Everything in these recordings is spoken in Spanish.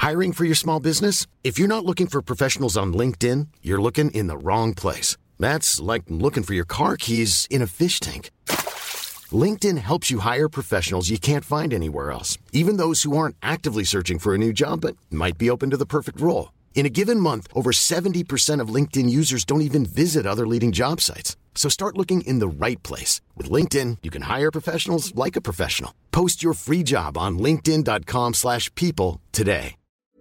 Hiring for your small business? If you're not looking for professionals on LinkedIn, you're looking in the wrong place. That's like looking for your car keys in a fish tank. LinkedIn helps you hire professionals you can't find anywhere else, even those who aren't actively searching for a new job but might be open to the perfect role. In a given month, over 70% of LinkedIn users don't even visit other leading job sites. So start looking in the right place. With LinkedIn, you can hire professionals like a professional. Post your free job on linkedin.com/people today.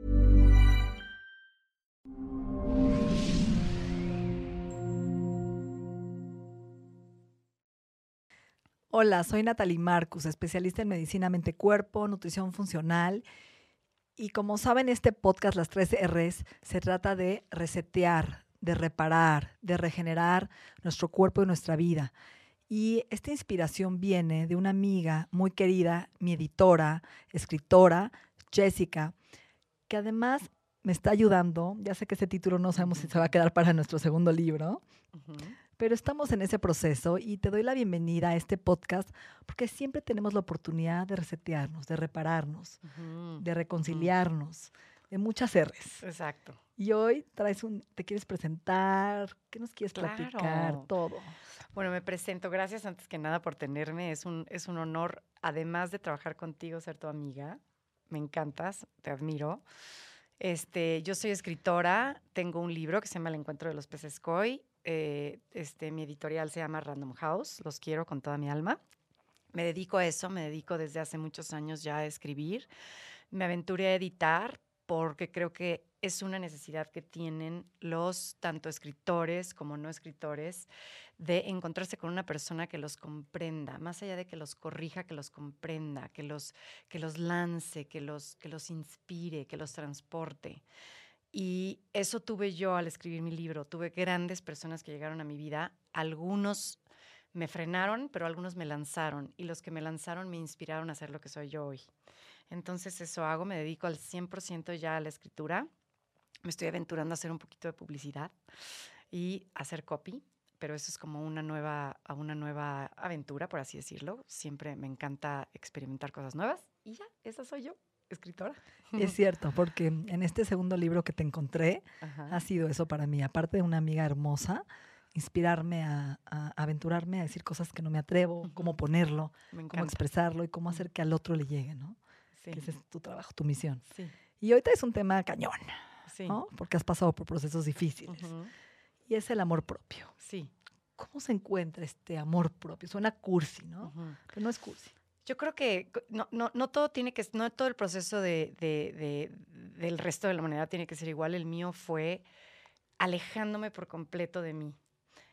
Hola, soy Natalie Marcus, especialista en medicina mente-cuerpo, nutrición funcional. Y como saben, este podcast, las 3 R's, se trata de resetear, de reparar, de regenerar nuestro cuerpo y nuestra vida. Y esta inspiración viene de una amiga muy querida, mi editora, escritora, Jessica, que además me está ayudando. Ya sé que ese título no sabemos si se va a quedar para nuestro segundo libro, pero estamos en ese proceso y te doy la bienvenida a este podcast porque siempre tenemos la oportunidad de resetearnos, de repararnos, de reconciliarnos, de muchas R's. Exacto. Y hoy te quieres presentar, ¿qué nos quieres platicar? Todo. Bueno, me presento. Gracias antes que nada por tenerme. Es un honor, además de trabajar contigo, ser tu amiga. Me encantas, te admiro. Yo soy escritora, tengo un libro que se llama El encuentro de los peces koi. Mi editorial se llama Random House, los quiero con toda mi alma. Me dedico a eso, me dedico desde hace muchos años ya a escribir. Me aventuré a editar porque creo que es una necesidad que tienen los tanto escritores como no escritores de encontrarse con una persona que los comprenda, más allá de que los corrija, que los comprenda, que los lance, que los inspire, que los transporte. Y eso tuve yo al escribir mi libro. Tuve grandes personas que llegaron a mi vida. Algunos me frenaron, pero algunos me lanzaron. Y los que me lanzaron me inspiraron a ser lo que soy yo hoy. Entonces eso hago. Me dedico al 100% ya a la escritura. Me estoy aventurando a hacer un poquito de publicidad y hacer copy. Pero eso es como una nueva aventura, por así decirlo. Siempre me encanta experimentar cosas nuevas. Y ya, esa soy yo. Escritora. Es cierto, porque en este segundo libro que te encontré, ha sido eso para mí. Aparte de una amiga hermosa, inspirarme a aventurarme a decir cosas que no me atrevo, cómo ponerlo, cómo expresarlo y cómo hacer que al otro le llegue, ¿no? Sí. Que ese es tu trabajo, tu misión. Sí. Y ahorita es un tema cañón, sí, ¿no? Porque has pasado por procesos difíciles. Y es el amor propio. Sí. ¿Cómo se encuentra este amor propio? Suena cursi, ¿no? Pero no es cursi. Yo creo que no todo tiene que, no todo el proceso del resto de la humanidad tiene que ser igual. El mío fue alejándome por completo de mí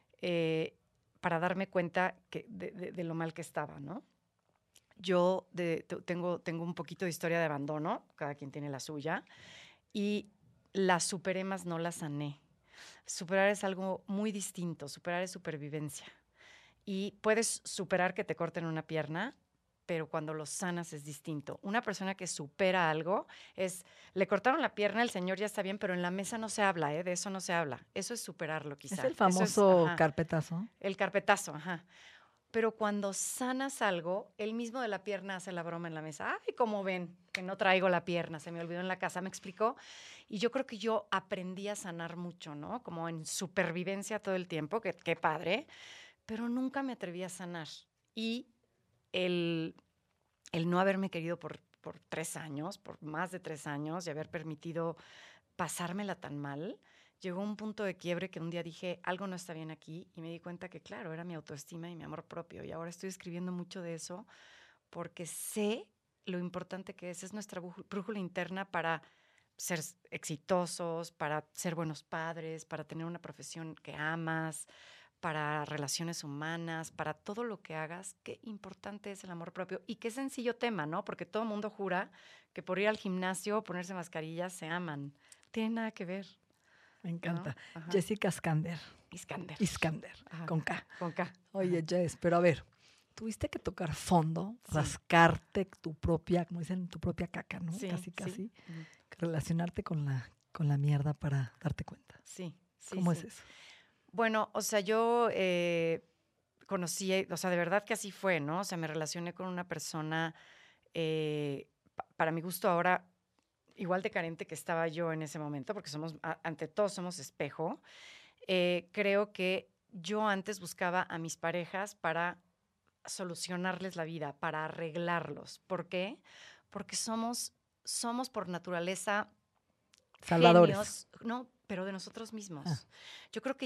para darme cuenta de lo mal que estaba, ¿no? Yo tengo un poquito de historia de abandono, cada quien tiene la suya, y la superé más no la sané. Superar es algo muy distinto, superar es supervivencia. Y puedes superar que te corten una pierna, pero cuando lo sanas es distinto. Una persona que supera algo le cortaron la pierna, el señor ya está bien, pero en la mesa no se habla, de eso no se habla. Eso es superarlo, quizá. Es el famoso carpetazo. El carpetazo, ajá. Pero cuando sanas algo, el mismo de la pierna hace la broma en la mesa. Ay, ¿cómo ven? Que no traigo la pierna, se me olvidó en la casa, ¿me explicó? Y yo creo que yo aprendí a sanar mucho, ¿no? Como en supervivencia todo el tiempo, que qué padre, pero nunca me atreví a sanar. Y el no haberme querido por 3 años, por más de 3 años, y haber permitido pasármela tan mal, llegó un punto de quiebre que un día dije, algo no está bien aquí, y me di cuenta que, claro, era mi autoestima y mi amor propio. Y ahora estoy escribiendo mucho de eso porque sé lo importante que es nuestra brújula interna para ser exitosos, para ser buenos padres, para tener una profesión que amas, para relaciones humanas, para todo lo que hagas. Qué importante es el amor propio y qué sencillo tema, ¿no? Porque todo el mundo jura que por ir al gimnasio o ponerse mascarillas se aman. No tiene nada que ver. Me encanta. ¿No? Jessica Iskander. Iskander, con K. Con K. Oye, Jess, pero a ver, tuviste que tocar fondo, sí, rascarte tu propia, como dicen, tu propia caca, ¿no? Sí, casi. Sí. Relacionarte con la mierda para darte cuenta. Sí. ¿Cómo es eso? Bueno, o sea, yo conocí, o sea, de verdad que así fue, ¿no? O sea, me relacioné con una persona, para mi gusto ahora, igual de carente que estaba yo en ese momento, porque ante todo somos espejo, creo que yo antes buscaba a mis parejas para solucionarles la vida, para arreglarlos. ¿Por qué? Porque somos por naturaleza Salvadores. genios, no, pero de nosotros mismos. Ah. Yo creo que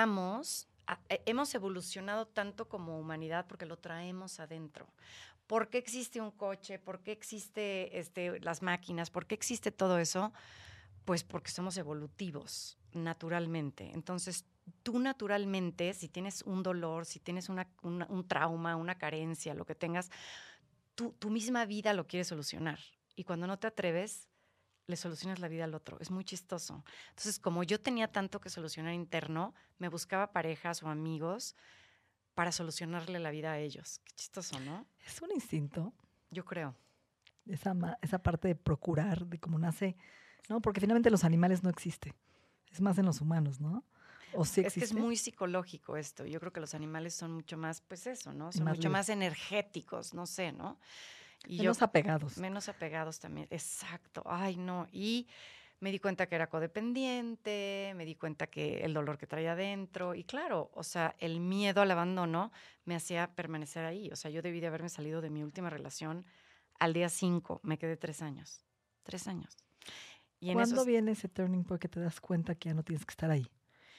hemos evolucionado tanto como humanidad porque lo traemos adentro. ¿Por qué existe un coche? ¿Por qué existe las máquinas? ¿Por qué existe todo eso? Pues porque somos evolutivos, naturalmente. Entonces, tú naturalmente, si tienes un dolor, si tienes un trauma, una carencia, lo que tengas, tu misma vida lo quieres solucionar. Y cuando no te atreves, le solucionas la vida al otro. Es muy chistoso. Entonces, como yo tenía tanto que solucionar interno, me buscaba parejas o amigos para solucionarle la vida a ellos. Qué chistoso, ¿no? Es un instinto, Yo creo. esa parte de procurar, de cómo nace, ¿no? Porque finalmente los animales no existen. Es más en los humanos, ¿no? ¿O sí Es que es existe? muy psicológico esto. Yo creo que los animales son mucho más, pues eso, ¿no? Y Son más mucho libres. más energéticos, no sé, ¿no? Y Menos apegados. menos apegados también. Exacto. Ay, no. Y me di cuenta que era codependiente, me di cuenta que el dolor que traía adentro. Y claro, o sea, el miedo al abandono me hacía permanecer ahí. O sea, yo debí de haberme salido de mi última relación al día 5. Me quedé 3 años. 3 años. Y en ¿Cuándo esos viene ese turning point que te das cuenta que ya no tienes que estar ahí?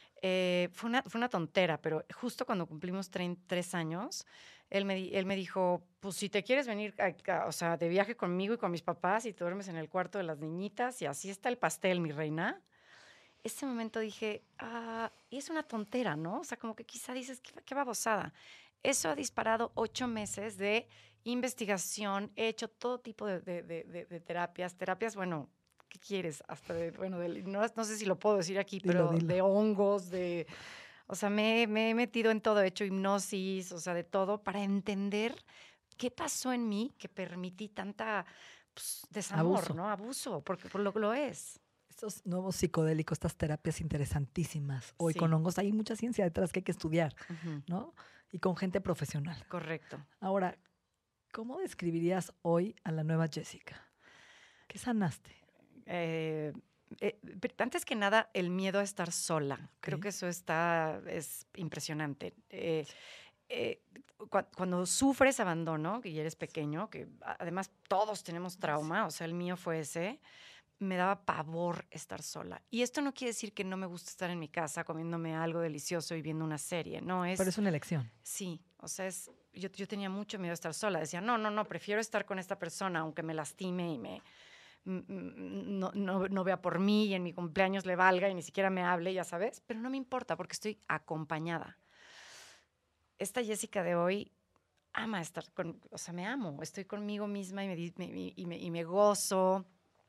fue una tontera, pero justo cuando cumplimos 3 años, él me dijo, pues si te quieres venir o sea, de viaje conmigo y con mis papás y te duermes en el cuarto de las niñitas y así está el pastel, mi reina. Ese momento dije, y es una tontera, ¿no? O sea, como que quizá dices, qué babosada. Eso ha disparado 8 meses de investigación, he hecho todo tipo de terapias, bueno, ¿qué quieres? Hasta no sé si lo puedo decir aquí, Dilo, pero dilo. de hongos, o sea, me he metido en todo, he hecho hipnosis, o sea, de todo, para entender qué pasó en mí que permití tanta desamor, Abuso. ¿no? Abuso, porque por lo que lo es. Estos nuevos psicodélicos, estas terapias interesantísimas. Hoy con Sí. hongos hay mucha ciencia detrás que hay que estudiar, Ujú, ¿no? Y con gente profesional. correcto. Ahora, ¿cómo describirías hoy a la nueva Jessica? ¿Qué sanaste? Antes que nada, el miedo a estar sola. Creo Ok. que eso es impresionante. Cuando sufres abandono, y eres pequeño, que además todos tenemos trauma, o sea, el mío fue ese, me daba pavor estar sola. Y esto no quiere decir que no me gusta estar en mi casa comiéndome algo delicioso y viendo una serie, no Pero es una elección. sí, o sea, yo tenía mucho miedo a estar sola. Decía, no, prefiero estar con esta persona, aunque me lastime y no vea por mí y en mi cumpleaños le valga y ni siquiera me hable, ya sabes, pero no me importa porque estoy acompañada. Esta Jessica de hoy ama estar o sea, me amo, estoy conmigo misma y me gozo.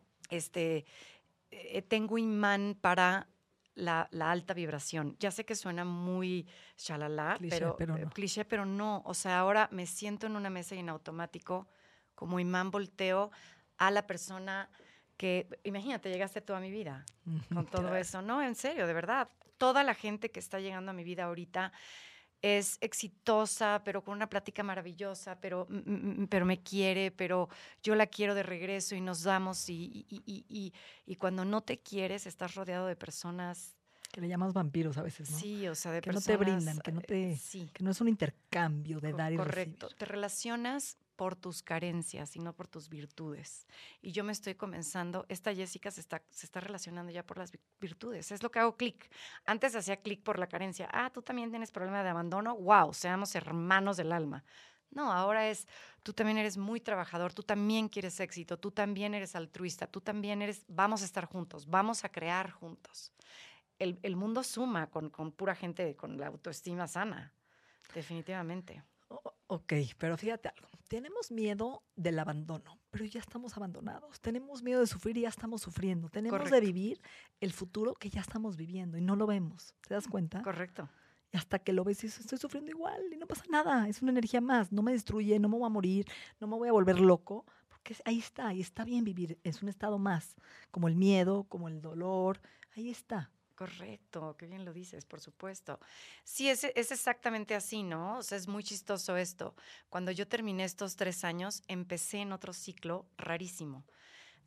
Tengo imán para la alta vibración. Ya sé que suena muy shalala, Cliché, pero no. cliché, pero no. O sea, ahora me siento en una mesa y en automático, como imán volteo a la persona que, imagínate, llegaste tú a mi vida con todo Claro. eso. No, en serio, de verdad. Toda la gente que está llegando a mi vida ahorita es exitosa, pero con una plática maravillosa, pero me quiere, pero yo la quiero de regreso y nos damos. Y cuando no te quieres, estás rodeado de personas, Que le llamas vampiros a veces, ¿no? sí, o sea, de Que no te personas, brindan, sí, que no es un intercambio de dar y correcto. recibir. Te relacionas por tus carencias y no por tus virtudes. Y yo me estoy comenzando, esta Jessica se está relacionando ya por las virtudes. Es lo que hago clic. Antes hacía clic por la carencia. Tú también tienes problema de abandono. Wow, seamos hermanos del alma. No, ahora tú también eres muy trabajador, tú también quieres éxito, tú también eres altruista, tú también vamos a estar juntos, vamos a crear juntos. El mundo suma con pura gente con la autoestima sana, definitivamente. Ok, pero fíjate algo. Tenemos miedo del abandono, pero ya estamos abandonados. Tenemos miedo de sufrir y ya estamos sufriendo. Tenemos de Correcto. vivir el futuro que ya estamos viviendo y no lo vemos. ¿Te das cuenta? Correcto. Y hasta que lo ves y dices, estoy sufriendo igual y no pasa nada. Es una energía más. No me destruye, no me voy a morir, no me voy a volver loco. Porque ahí está, y está bien vivir. Es un estado más, como el miedo, como el dolor. Ahí está. Correcto, qué bien lo dices, por supuesto. Sí, es exactamente así, ¿no? O sea, es muy chistoso esto. Cuando yo terminé estos 3 años, empecé en otro ciclo rarísimo.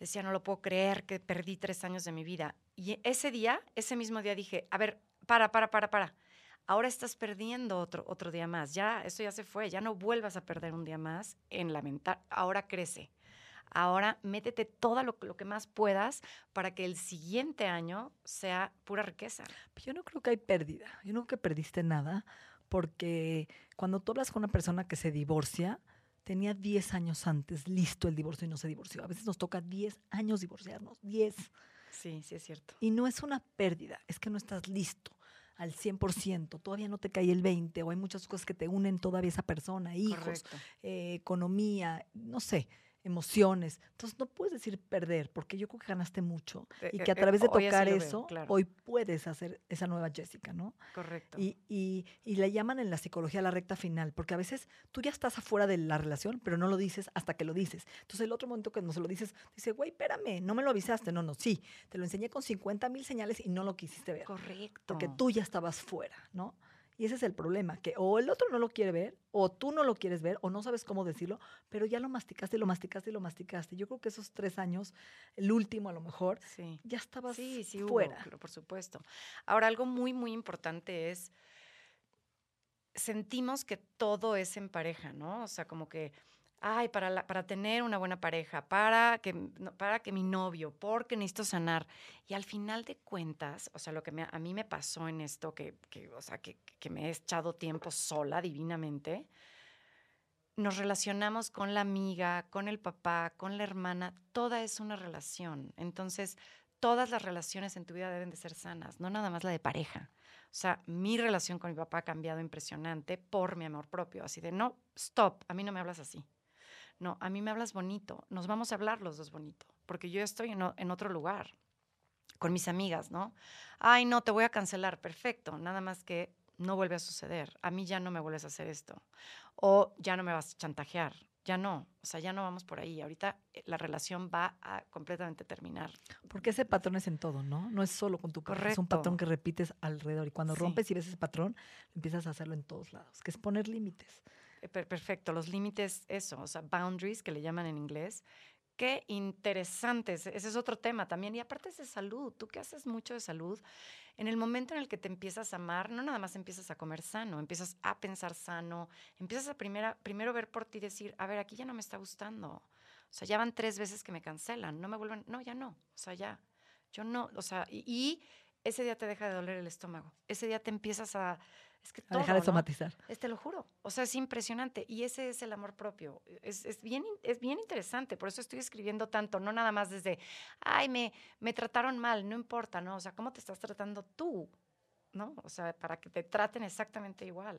decía, no lo puedo creer que perdí 3 años de mi vida. Y ese mismo día dije, a ver, para. Ahora estás perdiendo otro día más. Ya, eso ya se fue. Ya no vuelvas a perder un día más en lamentar. Ahora crece. Ahora métete todo lo que más puedas para que el siguiente año sea pura riqueza. Yo no creo que hay pérdida. Yo no creo que perdiste nada, porque cuando tú hablas con una persona que se divorcia, tenía 10 años antes listo el divorcio y no se divorció. A veces nos toca 10 años divorciarnos, 10. Sí, sí es cierto. Y no es una pérdida, es que no estás listo al 100%, todavía no te cae el 20, o hay muchas cosas que te unen todavía a esa persona, hijos, Correcto. economía, no sé, emociones. Entonces no puedes decir perder, porque yo creo que ganaste mucho y que a través de Hoy así tocar lo veo, eso, claro. hoy puedes hacer esa nueva Jessica, ¿no? Correcto. Y le llaman en la psicología la recta final, porque a veces tú ya estás afuera de la relación, pero no lo dices hasta que lo dices. Entonces el otro momento que no se lo dices, dice, güey, espérame, no me lo avisaste. No, sí, te lo enseñé con 50,000 señales y no lo quisiste ver. Correcto. Porque tú ya estabas fuera, ¿no? Y ese es el problema, que o el otro no lo quiere ver, o tú no lo quieres ver, o no sabes cómo decirlo, pero ya lo masticaste, lo masticaste y lo masticaste. Yo creo que esos 3 años, el último a lo mejor, sí. ya estabas sí, fuera. Hubo, por supuesto. Ahora, algo muy, muy importante es, sentimos que todo es en pareja, ¿no? O sea, como que, ay, para tener una buena pareja, para que mi novio, porque necesito sanar. Y al final de cuentas, o sea, lo que a mí me pasó en esto, o sea, que me he echado tiempo sola divinamente, nos relacionamos con la amiga, con el papá, con la hermana, toda es una relación. Entonces, todas las relaciones en tu vida deben de ser sanas, no nada más la de pareja. O sea, mi relación con mi papá ha cambiado impresionante por mi amor propio, así de, no, stop, a mí no me hablas así. No, a mí me hablas bonito, nos vamos a hablar los dos bonito, porque yo estoy en otro lugar, con mis amigas, ¿no? Ay, no, te voy a cancelar, perfecto, nada más que no vuelve a suceder. A mí ya no me vuelves a hacer esto. O ya no me vas a chantajear. Ya no. O sea, ya no vamos por ahí. Ahorita la relación va a completamente terminar. Porque ese patrón es en todo, ¿no? No es solo con tu pareja, es un Correcto. patrón que repites alrededor. Y cuando Sí. rompes y ves ese patrón, empiezas a hacerlo en todos lados, que es poner límites. Perfecto. Los límites, eso. O sea, boundaries, que le llaman en inglés. Qué interesantes. Ese es otro tema también. Y aparte es de salud. Tú que haces mucho de salud, en el momento en el que te empiezas a amar, no nada más empiezas a comer sano, empiezas a pensar sano, empiezas a primero ver por ti y decir, a ver, aquí ya no me está gustando. O sea, ya van 3 veces que me cancelan, no me vuelven, no, ya no. O sea, ya, yo no, o sea, y ese día te deja de doler el estómago. Ese día te empiezas es que A todo, dejar de ¿no? somatizar. Te lo juro. O sea, es impresionante. Y ese es el amor propio. Es bien interesante. Por eso estoy escribiendo tanto. No nada más desde, ay, me trataron mal. No importa, ¿no? O sea, ¿cómo te estás tratando tú? ¿No? O sea, para que te traten exactamente igual.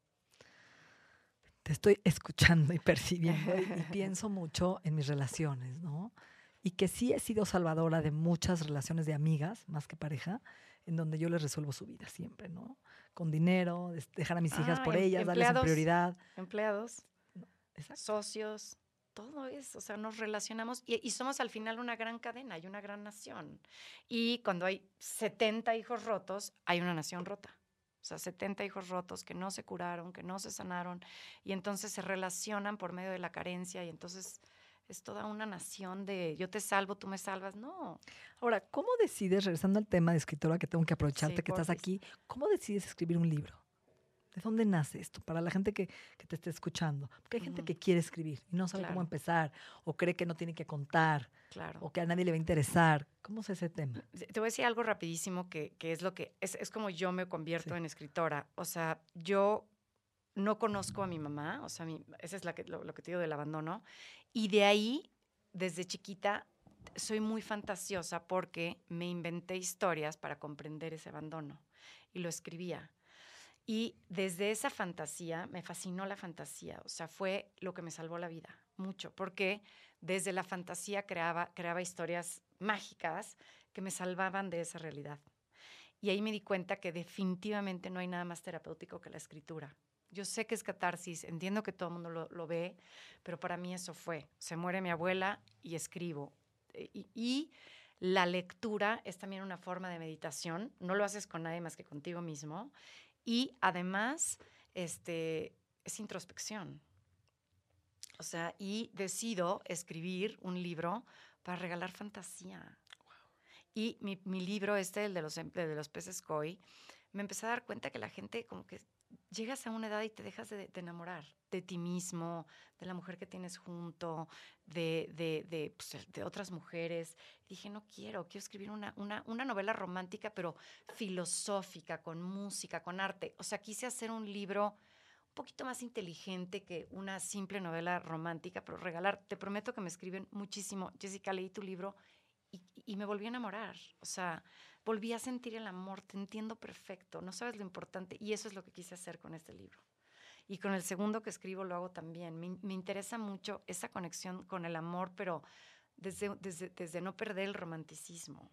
Te estoy escuchando y percibiendo y pienso mucho en mis relaciones, ¿no? Y que sí he sido salvadora de muchas relaciones de amigas, más que pareja, en donde yo les resuelvo su vida siempre, ¿no? Con dinero, dejar a mis hijas por ellas, darles en prioridad. Empleados, Exacto. socios, todo eso. O sea, nos relacionamos y somos al final una gran cadena y una gran nación. Y cuando hay 70 hijos rotos, hay una nación rota. O sea, 70 hijos rotos que no se curaron, que no se sanaron, y entonces se relacionan por medio de la carencia, y entonces es toda una nación de yo te salvo, tú me salvas. No. Ahora, ¿cómo decides, regresando al tema de escritora, que tengo que aprovecharte Sí, que estás porfis. aquí, cómo decides escribir un libro? ¿De dónde nace esto? Para la gente que te esté escuchando. Porque hay gente Ujú. que quiere escribir y no sabe Claro. cómo empezar, o cree que no tiene que contar, Claro. o que a nadie le va a interesar. ¿Cómo es ese tema? Te voy a decir algo rapidísimo que es lo que es como yo me convierto Sí. en escritora. O sea, yo no conozco a mi mamá, o sea, esa es lo que te digo del abandono. Y de ahí, desde chiquita, soy muy fantasiosa porque me inventé historias para comprender ese abandono y lo escribía. Y desde esa fantasía, me fascinó la fantasía, o sea, fue lo que me salvó la vida, mucho, porque desde la fantasía creaba historias mágicas que me salvaban de esa realidad. Y ahí me di cuenta que definitivamente no hay nada más terapéutico que la escritura. Yo sé que es catarsis, entiendo que todo el mundo lo ve, pero para mí eso fue. Se muere mi abuela y escribo. Y la lectura es también una forma de meditación. No lo haces con nadie más que contigo mismo. Y además, es introspección. O sea, y decido escribir un libro para regalar fantasía. Y mi libro el de los peces koi, me empecé a dar cuenta que la gente como que llegas a una edad y te dejas de enamorar de ti mismo, de la mujer que tienes junto, de otras mujeres. Dije, no quiero escribir una novela romántica, pero filosófica, con música, con arte. O sea, quise hacer un libro un poquito más inteligente que una simple novela romántica, pero regalar. Te prometo que me escriben muchísimo. Jessica, leí tu libro y me volví a enamorar. O sea, volví a sentir el amor. Te entiendo perfecto. No sabes lo importante. Y eso es lo que quise hacer con este libro. Y con el segundo que escribo lo hago también. Me interesa mucho esa conexión con el amor, pero desde no perder el romanticismo.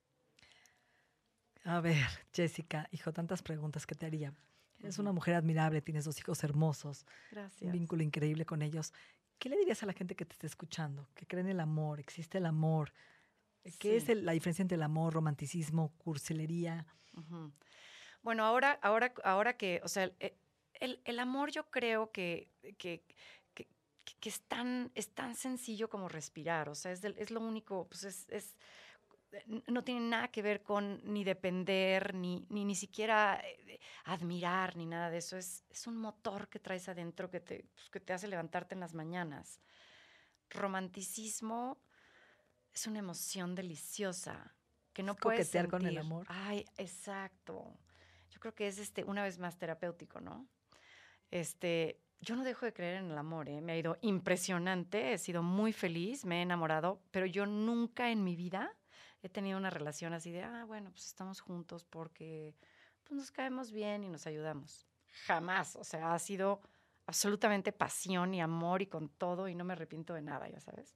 A ver, Jessica, hijo, tantas preguntas que te haría. Eres una mujer admirable, tienes 2 hijos hermosos, Gracias. un vínculo increíble con ellos. ¿Qué le dirías a la gente que te esté escuchando? Que cree en el amor, existe el amor. ¿Qué es la diferencia entre el amor, romanticismo, cursilería? Uh-huh. Bueno, ahora que, o sea, el amor yo creo que es tan sencillo como respirar. O sea, es lo único, pues no tiene nada que ver con ni depender, ni siquiera admirar, ni nada de eso. Es un motor que traes adentro que te hace levantarte en las mañanas. Romanticismo es una emoción deliciosa que no puedes coquetear sentir. Con el amor. Ay, exacto. Yo creo que es una vez más terapéutico, ¿no? Yo no dejo de creer en el amor, ¿eh? Me ha ido impresionante, he sido muy feliz, me he enamorado, pero yo nunca en mi vida he tenido una relación así de, bueno, pues estamos juntos porque pues, nos caemos bien y nos ayudamos. Jamás, o sea, ha sido absolutamente pasión y amor y con todo y no me arrepiento de nada, ya sabes.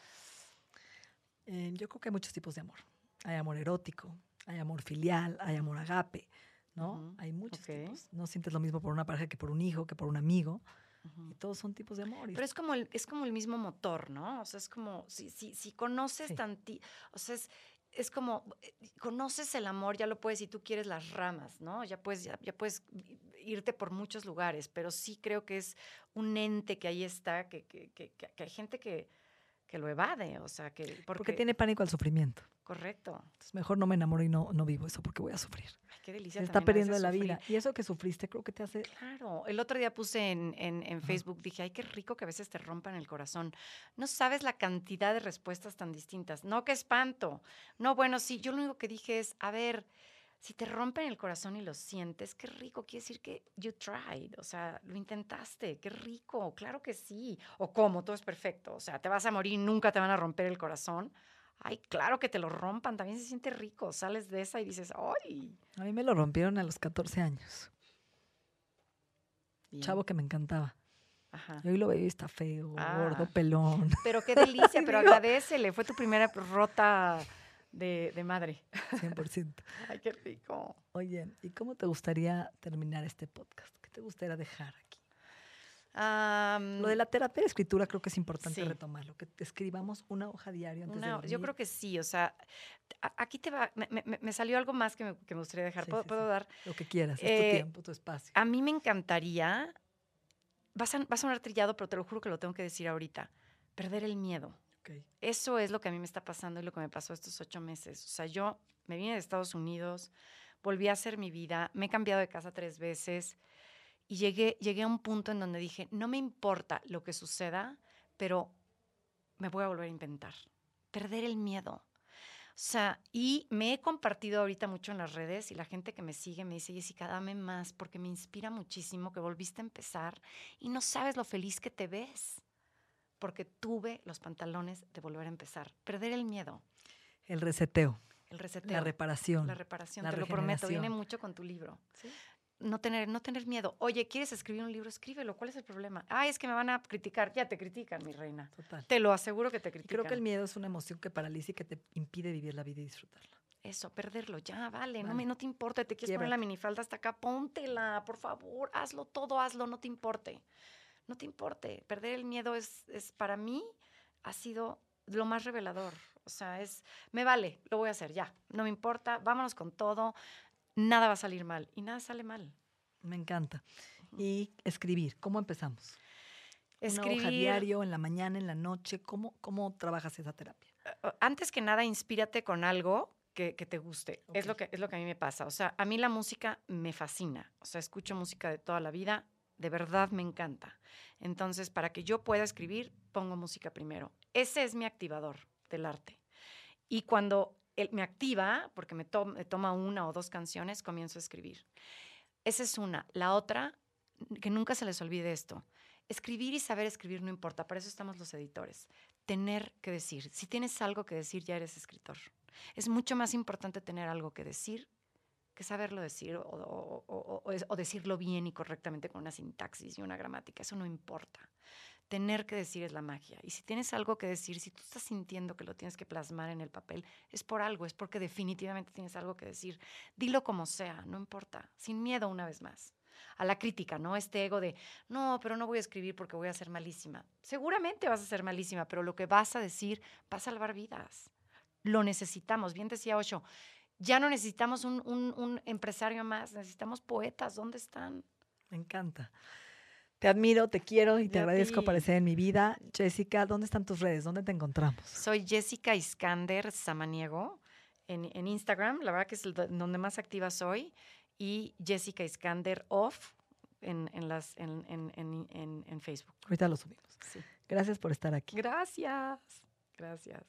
Yo creo que hay muchos tipos de amor. Hay amor erótico, hay amor filial, hay amor agape, ¿no? Uh-huh. Hay muchos Okay. tipos. No sientes lo mismo por una pareja que por un hijo, que por un amigo. Uh-huh. Y todos son tipos de amor. Pero es como el mismo motor, ¿no? O sea, es como si conoces o sea, es como conoces el amor, ya lo puedes, si tú quieres las ramas, ¿no? Ya puedes irte por muchos lugares, pero sí creo que es un ente que ahí está, que hay gente que lo evade, o sea, porque tiene pánico al sufrimiento. Correcto. Entonces mejor no me enamoro y no vivo eso porque voy a sufrir. Ay, qué delicia. Se está perdiendo la vida. Y eso que sufriste creo que te hace... Claro. El otro día puse en Facebook, dije, ay, qué rico que a veces te rompan el corazón. No sabes la cantidad de respuestas tan distintas. No, qué espanto. No, bueno, sí, yo lo único que dije es, a ver, si te rompen el corazón y lo sientes, qué rico, quiere decir que you tried, o sea, lo intentaste, qué rico, claro que sí. O cómo, todo es perfecto, o sea, te vas a morir y nunca te van a romper el corazón. Ay, claro que te lo rompan, también se siente rico, sales de esa y dices, ¡ay! A mí me lo rompieron a los 14 años. Bien. Chavo que me encantaba. Ajá. Y hoy lo veo y está feo, gordo, pelón. Pero qué delicia, pero agradécele, fue tu primera rota de madre. 100%. Ay, qué rico. Oye, ¿y cómo te gustaría terminar este podcast? ¿Qué te gustaría dejar aquí? Lo de la terapia de escritura creo que es importante retomarlo, que escribamos una hoja diaria antes de dormir. Yo creo que sí, o sea, aquí te va, me salió algo más que me gustaría dejar. ¿Puedo dar? Lo que quieras, es tu tiempo, tu espacio. A mí me encantaría, va a sonar trillado, pero te lo juro que lo tengo que decir ahorita, perder el miedo. Okay. Eso es lo que a mí me está pasando y lo que me pasó estos 8 meses. O sea, yo me vine de Estados Unidos, volví a hacer mi vida, me he cambiado de casa 3 veces y llegué a un punto en donde dije, no me importa lo que suceda, pero me voy a volver a inventar. Perder el miedo. O sea, y me he compartido ahorita mucho en las redes y la gente que me sigue me dice, Jessica, dame más porque me inspira muchísimo que volviste a empezar y no sabes lo feliz que te ves. Porque tuve los pantalones de volver a empezar. Perder el miedo. El reseteo. El reseteo. La reparación. La reparación, te lo prometo. Viene mucho con tu libro. ¿Sí? No tener miedo. Oye, ¿quieres escribir un libro? Escríbelo. ¿Cuál es el problema? Es que me van a criticar. Ya te critican, mi reina. Total. Te lo aseguro que te critican. Creo que el miedo es una emoción que paraliza y que te impide vivir la vida y disfrutarla. Eso, perderlo. Ya, vale. No te importa. Te quieres poner la minifalda hasta acá. Póntela, por favor. Hazlo todo, hazlo. No te importe. No te importe. Perder el miedo es para mí, ha sido lo más revelador. O sea, me vale, lo voy a hacer, ya. No me importa, vámonos con todo. Nada va a salir mal. Y nada sale mal. Me encanta. Y escribir, ¿cómo empezamos? Escribir. ¿Una hoja diario, en la mañana, en la noche? ¿Cómo trabajas esa terapia? antes que nada, inspírate con algo que te guste. Okay. Es lo que a mí me pasa. O sea, a mí la música me fascina. O sea, escucho música de toda la vida. De verdad me encanta. Entonces, para que yo pueda escribir, pongo música primero. Ese es mi activador del arte. Y cuando él me activa, porque me toma 1 o 2 canciones, comienzo a escribir. Esa es una. La otra, que nunca se les olvide esto. Escribir y saber escribir no importa. Para eso estamos los editores. Tener que decir. Si tienes algo que decir, ya eres escritor. Es mucho más importante tener algo que decir que saberlo decir o decirlo bien y correctamente con una sintaxis y una gramática. Eso no importa. Tener que decir es la magia. Y si tienes algo que decir, si tú estás sintiendo que lo tienes que plasmar en el papel, es por algo, es porque definitivamente tienes algo que decir. Dilo como sea, no importa. Sin miedo, una vez más. A la crítica, ¿no? Este ego de, no, pero no voy a escribir porque voy a ser malísima. Seguramente vas a ser malísima, pero lo que vas a decir va a salvar vidas. Lo necesitamos. Bien decía Osho, ya no necesitamos un empresario más, necesitamos poetas. ¿Dónde están? Me encanta. Te admiro, te quiero y te Y a agradezco ti. aparecer en mi vida. Jessica, ¿dónde están tus redes? ¿Dónde te encontramos? Soy Jessica Iskander Samaniego en Instagram, la verdad que es donde más activa soy, y Jessica Iskander Off en Facebook. Ahorita lo subimos. Sí. Gracias por estar aquí. Gracias. Gracias.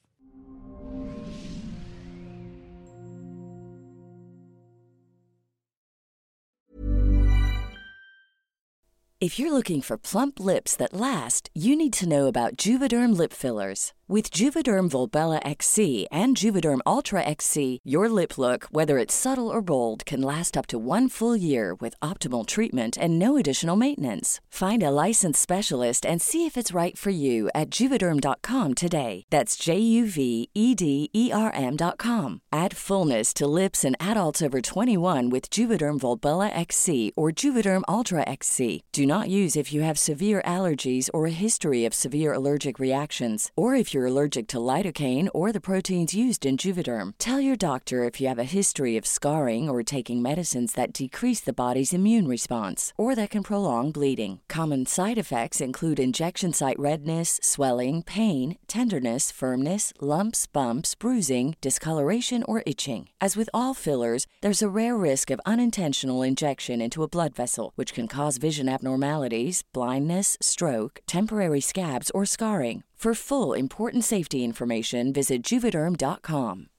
If you're looking for plump lips that last, you need to know about Juvederm lip fillers. With Juvederm Volbella XC and Juvederm Ultra XC, your lip look, whether it's subtle or bold, can last up to 1 full year with optimal treatment and no additional maintenance. Find a licensed specialist and see if it's right for you at Juvederm.com today. That's JUVEDERM.com. Add fullness to lips in adults over 21 with Juvederm Volbella XC or Juvederm Ultra XC. Do not use if you have severe allergies or a history of severe allergic reactions, or if you're allergic to lidocaine or the proteins used in Juvederm. Tell your doctor if you have a history of scarring or taking medicines that decrease the body's immune response or that can prolong bleeding. Common side effects include injection site redness, swelling, pain, tenderness, firmness, lumps, bumps, bruising, discoloration, or itching. As with all fillers, there's a rare risk of unintentional injection into a blood vessel, which can cause vision abnormalities, blindness, stroke, temporary scabs, or scarring. For full, important safety information, visit Juvederm.com.